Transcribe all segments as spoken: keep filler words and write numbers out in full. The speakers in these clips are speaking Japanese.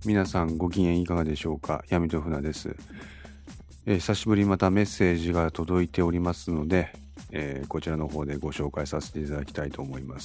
皆さんご機嫌いかがでしょうか。闇と船です。えー、久しぶりにまたメッセージが届いておりますので、えー、こちらの方でご紹介させていただきたいと思います。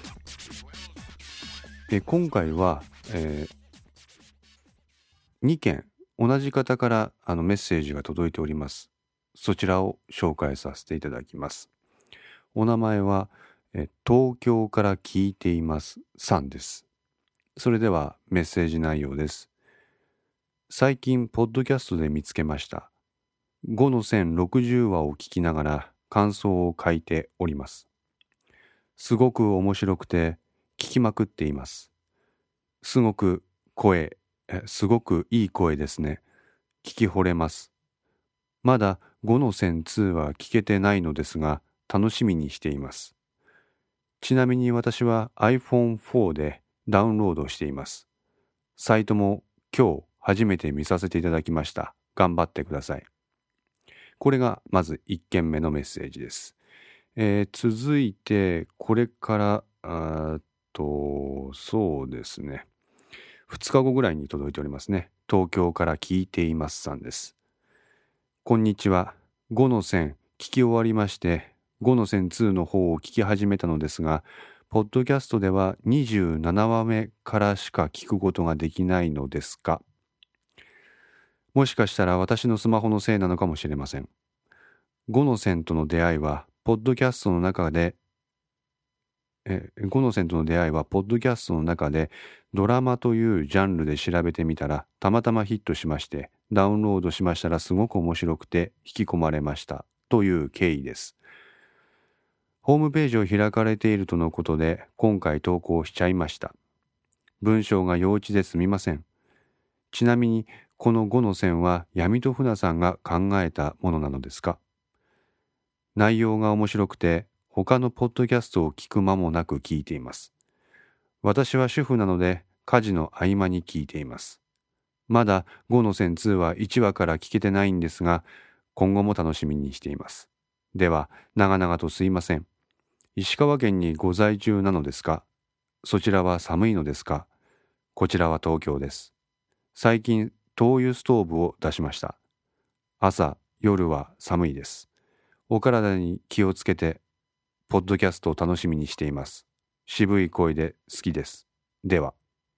えー、今回は、えー、にけん同じ方からあのメッセージが届いております。そちらを紹介させていただきます。お名前は、えー、東京から聞いていますさんです。それではメッセージ内容です。最近ポッドキャストで見つけました。ごの線ろくじゅうわを聞きながら感想を書いております。すごく面白くて聞きまくっています。すごく声、えすごくいい声ですね。聞き惚れます。まだごの線には聞けてないのですが楽しみにしています。ちなみに私は アイフォンフォー でダウンロードしています。サイトも今日初めて見させていただきました。頑張ってください。これがまずいっけんめのメッセージです。えー、続いてこれからあとそうですねふつかごぐらいに届いておりますね。東京から聞いていますさんです。こんにちは。ごの線聞き終わりましてごの線にの方を聞き始めたのですが、ポッドキャストではにじゅうななわめからしか聞くことができないのですか。もしかしたら私のスマホのせいなのかもしれません。ごの線との出会いはポッドキャストの中でえごの線との出会いはポッドキャストの中でドラマというジャンルで調べてみたらたまたまヒットしまして、ダウンロードしましたらすごく面白くて引き込まれましたという経緯です。ホームページを開かれているとのことで今回投稿しちゃいました。文章が幼稚ですみません。ちなみにこのごの線は闇と船さんが考えたものなのですか。内容が面白くて他のポッドキャストを聞く間もなく聞いています。私は主婦なので家事の合間に聞いています。まだごの線にはいちわから聞けてないんですが、今後も楽しみにしています。では長々とすいません。石川県にご在住なのですか。そちらは寒いのですか。こちらは東京です。最近灯油ストーブを出しました。朝夜は寒いです。お体に気をつけてポッドキャストを楽しみにしています。渋い声で好きです。では、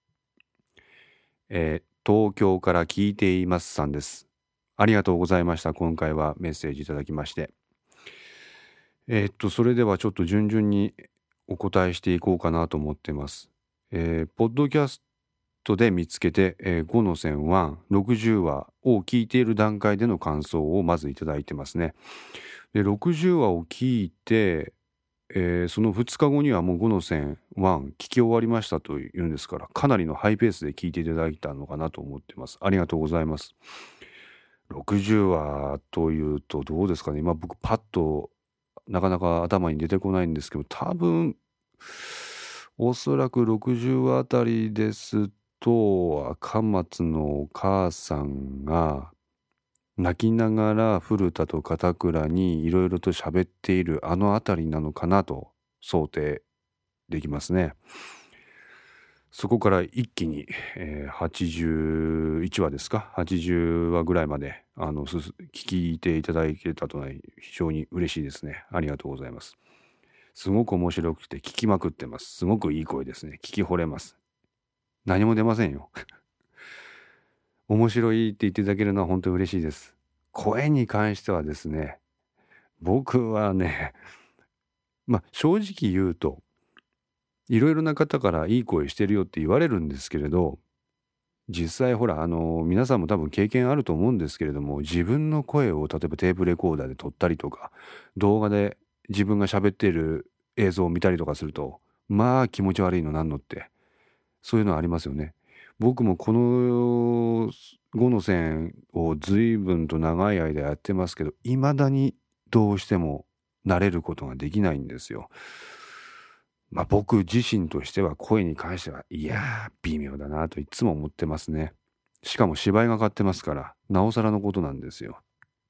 えー、東京から聞いていますさんです。ありがとうございました。今回はメッセージいただきまして。えー、っと、それではちょっと順々にお答えしていこうかなと思っています。えー、ポッドキャストで見つけて、えー、ごの線いち、ろくじゅうわを聞いている段階での感想をまずいただいてますね。で、ろくじゅうわを聞いて、えー、そのふつかごにはもうごの線いち聞き終わりましたというんですから、かなりのハイペースで聞いていただいたのかなと思ってます。ありがとうございます。ろくじゅうわというとどうですかね。今僕パッとなかなか頭に出てこないんですけど、多分おそらくろくじゅうわあたりですと、赤松のお母さんが泣きながら古田と片倉にいろいろと喋っているあのあたりなのかなと想定できますね。そこから一気に、えー、はちじゅういちわですか、はちじゅうわぐらいまであのす聞いていただけたとは非常に嬉しいですね。ありがとうございます。すごく面白くて聞きまくってます。すごくいい声ですね。聞き惚れます。何も出ませんよ。面白いって言っていただけるのは本当に嬉しいです。声に関してはですね、僕はね、まあ正直言うといろいろな方からいい声してるよって言われるんですけれど、実際ほらあの皆さんも多分経験あると思うんですけれども、自分の声を例えばテープレコーダーで撮ったりとか動画で自分が喋っている映像を見たりとかすると、まあ気持ち悪いのなんのって、そういうのありますよね。僕もこのごの線を随分と長い間やってますけど、いまだにどうしても慣れることができないんですよ。まあ僕自身としては声に関してはいやー微妙だなといつも思ってますね。しかも芝居がかってますからなおさらのことなんですよ。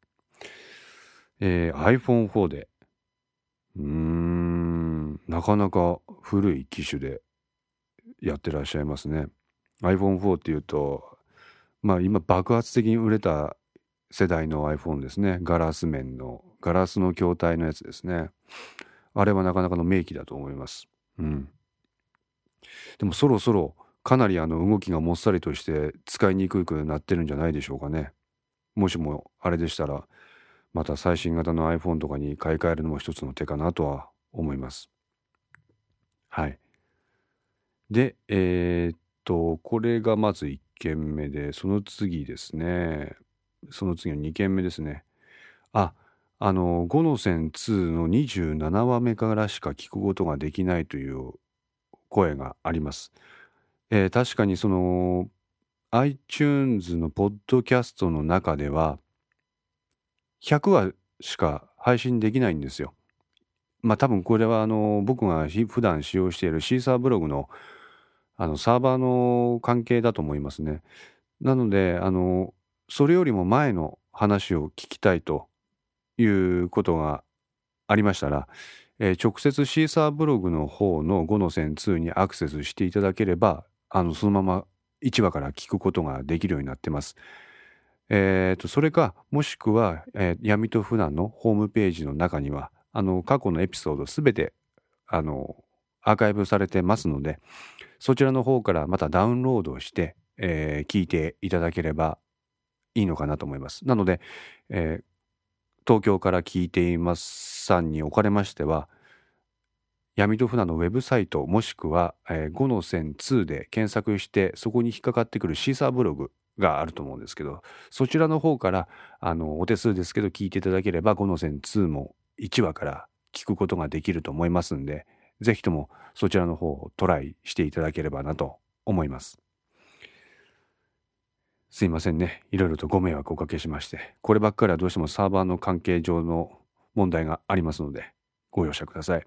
えー、アイフォンフォー でうーんなかなか古い機種でやってらっしゃいますね。 アイフォンフォー っていうと、まあ今爆発的に売れた世代の iPhone ですね。ガラス面のガラスの筐体のやつですね。あれはなかなかの名機だと思います。うん。でもそろそろかなりあの動きがもっさりとして使いにくくなってるんじゃないでしょうかね。もしもあれでしたら、また最新型の iPhone とかに買い替えるのも一つの手かなとは思います。はい。で、えーっと、これがまずいっけんめで、その次ですね。その次のにけんめですね。あ、あの、五の線にのにじゅうななわめからしか聞くことができないという声があります。えー確かにその iTunes のポッドキャストの中ではひゃくわしか配信できないんですよ。まあ多分これはあの僕がひ普段使用しているシーサーブログのあのサーバーの関係だと思いますね。なのであのそれよりも前の話を聞きたいということがありましたら、えー直接シーサーブログの方の五の線ににアクセスしていただければ、あのそのままいちわから聞くことができるようになってます。えーと、それか、もしくは、えー闇と船のホームページの中には、あの過去のエピソードすべてあのアーカイブされてますので、そちらの方からまたダウンロードして、えー聞いていただければいいのかなと思います。なので、えー東京から聞いていますさんにおかれましては、闇と船のウェブサイトもしくは、えー、五の線にで検索してそこに引っかかってくるシーサーブログがあると思うんですけど、そちらの方からあのお手数ですけど聞いていただければ五の線にもいちわから聞くことができると思いますんで、ぜひともそちらの方をトライしていただければなと思います。すいませんね、いろいろとご迷惑をおかけしまして、こればっかりはどうしてもサーバーの関係上の問題がありますのでご容赦ください。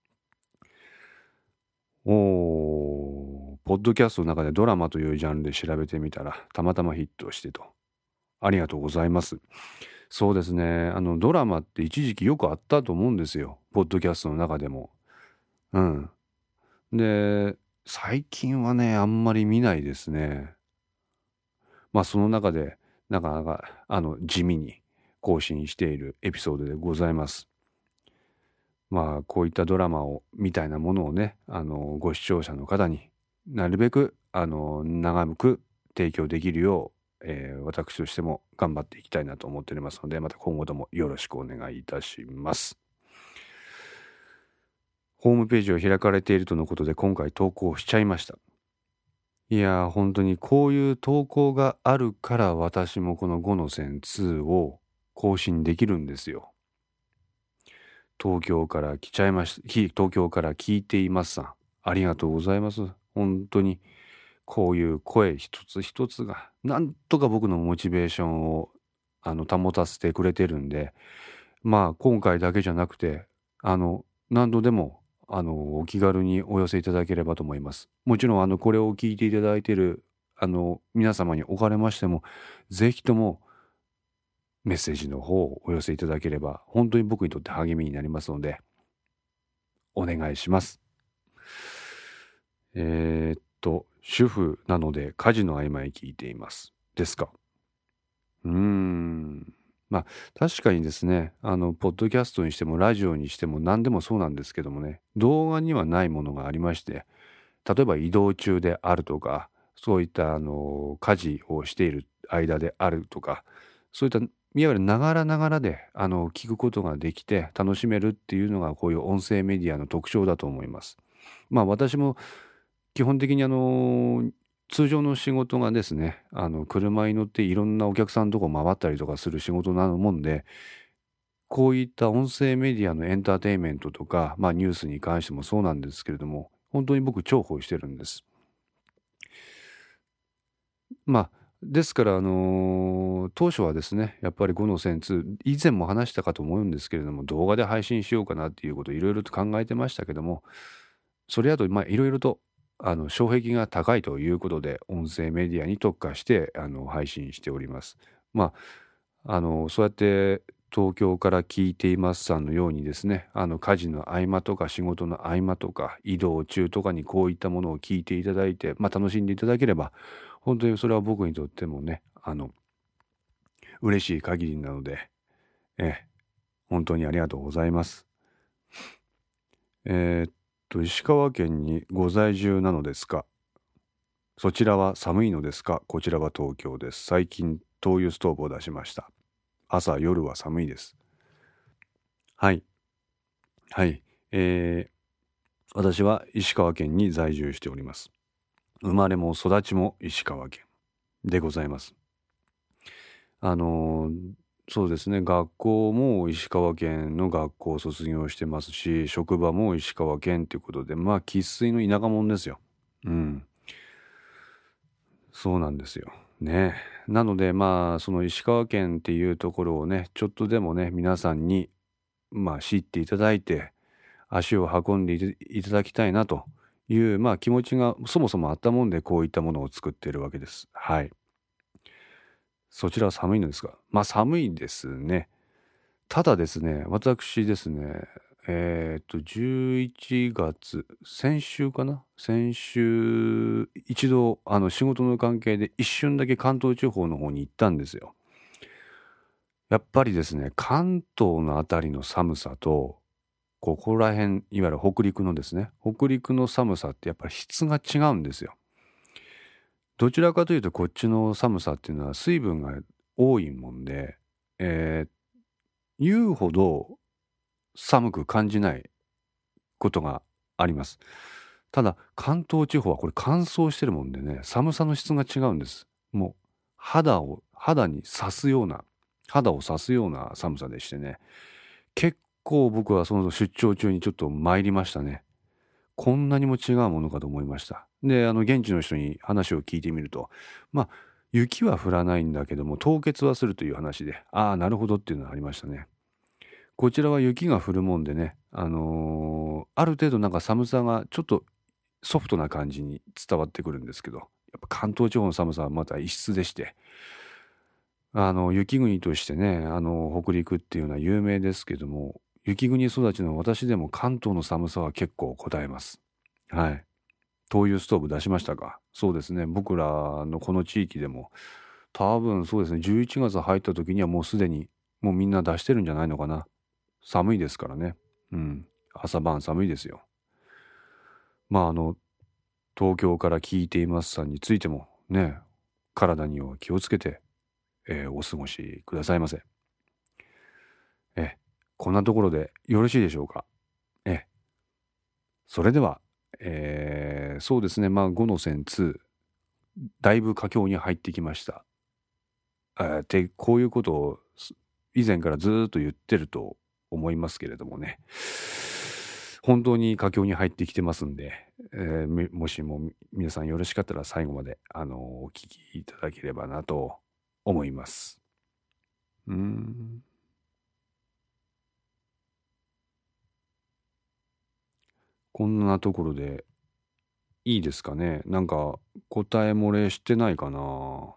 おー、ポッドキャストの中でドラマというジャンルで調べてみたらたまたまヒットしてと。ありがとうございます。そうですね、あのドラマって一時期よくあったと思うんですよ、ポッドキャストの中でも。うん。で、最近はねあんまり見ないですね。まあその中でなかなかあの地味に更新しているエピソードでございます。まあこういったドラマをみたいなものをね、あのご視聴者の方になるべくあの長く提供できるよう、えー私としても頑張っていきたいなと思っておりますので、また今後ともよろしくお願いいたします。ホームページを開かれているとのことで今回投稿しちゃいました。いやー、本当にこういう投稿があるから私もこのごの線にを更新できるんですよ。東京から来ちゃいました。ひ東京から聞いていますさん。ありがとうございます。本当にこういう声一つ一つがなんとか僕のモチベーションをあの保たせてくれてるんで、まあ今回だけじゃなくてあの何度でもあのお気軽にお寄せいただければと思います。もちろんあのこれを聞いていただいているあの皆様におかれましても、ぜひともメッセージの方をお寄せいただければ本当に僕にとって励みになりますのでお願いします。えーっと主婦なので家事の合間に聞いていますですか。うーんまあ確かにですね、あのポッドキャストにしてもラジオにしても何でもそうなんですけどもね、動画にはないものがありまして、例えば移動中であるとか、そういったあの家事をしている間であるとか、そういったいわゆるながらながらであの聞くことができて楽しめるっていうのがこういう音声メディアの特徴だと思います。まあ私も基本的にあの通常の仕事がですね、あの車に乗っていろんなお客さんのとこ回ったりとかする仕事なもんで、こういった音声メディアのエンターテインメントとか、まあ、ニュースに関してもそうなんですけれども、本当に僕重宝してるんです。まあですから、あのー当初はですねやっぱりごの線に以前も話したかと思うんですけれども、動画で配信しようかなっていうことをいろいろと考えてましたけども、それだとまあいろいろとあの障壁が高いということで音声メディアに特化してあの配信しております。まああのそうやって東京から聞いていますさんのようにですね、あの家事の合間とか仕事の合間とか移動中とかにこういったものを聞いていただいて、まあ、楽しんでいただければ本当にそれは僕にとってもね、あの嬉しい限りなので、ええ、本当にありがとうございます。えーっと石川県にご在住なのですか？そちらは寒いのですか？こちらは東京です。最近灯油ストーブを出しました。朝夜は寒いです。はいはい、えー、私は石川県に在住しております。生まれも育ちも石川県でございます。あのーそうですね、学校も石川県の学校を卒業してますし、職場も石川県ということで、まあ生粋の田舎者ですよ。うん、そうなんですよね。なのでまあその石川県っていうところをね、ちょっとでもね皆さんにまあ知っていただいて足を運んでいただきたいなというまあ気持ちがそもそもあったもんで、こういったものを作っているわけです。はい。そちらは寒いのですか？まあ寒いですね。ただですね、私ですね、えっとじゅういちがつ、先週かな、先週一度あの仕事の関係で一瞬だけ関東地方の方に行ったんですよ。やっぱりですね、関東のあたりの寒さとここら辺、いわゆる北陸のですね、北陸の寒さってやっぱり質が違うんですよ。どちらかというとこっちの寒さっていうのは水分が多いもんで、えー言うほど寒く感じないことがあります。ただ関東地方はこれ乾燥してるもんでね、寒さの質が違うんです。もう肌を肌に刺すような肌を刺すような寒さでしてね、結構僕はその出張中にちょっと参りましたね。こんなにも違うものかと思いました。で、あの現地の人に話を聞いてみると、まあ雪は降らないんだけども凍結はするという話で、ああなるほどっていうのがありましたね。こちらは雪が降るもんでね、あのーある程度なんか寒さがちょっとソフトな感じに伝わってくるんですけど、やっぱ関東地方の寒さはまた異質でして、あの雪国としてね、あの北陸っていうのは有名ですけども、雪国育ちの私でも関東の寒さは結構こたえます。はい。灯油ストーブ出しましたか？そうですね、僕らのこの地域でも多分そうですね、じゅういちがつ入った時にはもうすでにもうみんな出してるんじゃないのかな。寒いですからね。うん。朝晩寒いですよ。まああの東京から聞いていますさんについてもね、体には気をつけて、えーお過ごしくださいませ。え、こんなところでよろしいでしょうか。え、それでは、えーそうですね、まあごの線に、だいぶ佳境に入ってきました。えーで、こういうことをす以前からずーっと言ってると思いますけれどもね。本当に佳境に入ってきてますんで、えーみもしも皆さんよろしかったら最後まで、あのお聞きいただければなと思います。うーん。こんなところでいいですかね。なんか答え漏れしてないかな。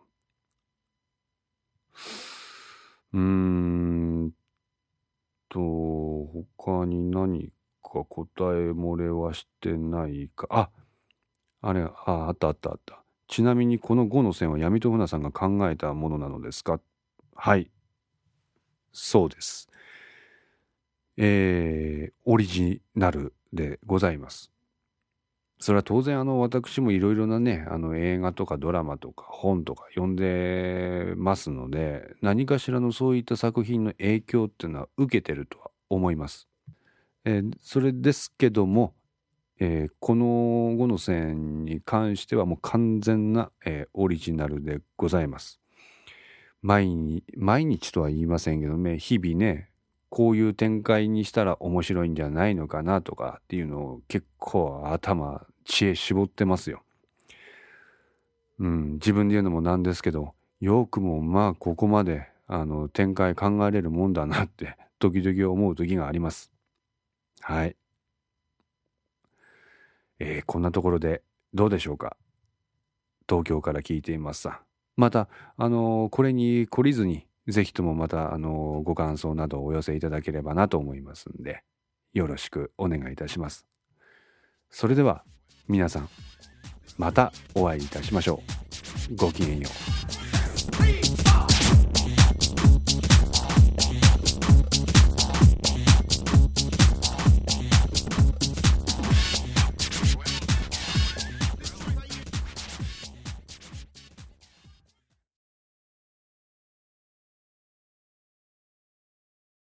うーんと、他に何か答え漏れはしてないか。あ、あれ、あ、あったあったあった。ちなみにこのごの線は闇と船さんが考えたものなのですか？はい、そうです。えー、オリジナルでございます。それは当然あの私もいろいろなね、あの映画とかドラマとか本とか読んでますので、何かしらのそういった作品の影響っていうのは受けてるとは思います。えーそれですけども、えーこのごの線に関してはもう完全な、えーオリジナルでございます。毎日、毎日とは言いませんけどね、日々ね、こういう展開にしたら面白いんじゃないのかなとかっていうのを結構頭、知恵絞ってますよ。うん、自分で言うのもなんですけど、よくもまあここまであの展開考えれるもんだなって時々思う時があります。はい。えーこんなところでどうでしょうか。東京から聞いていますさん。また、あのーこれに懲りずに、 ぜひともまたあのご感想などをお寄せいただければなと思いますんで、よろしくお願いいたします。それでは皆さんまたお会いいたしましょう。ごきげんよう。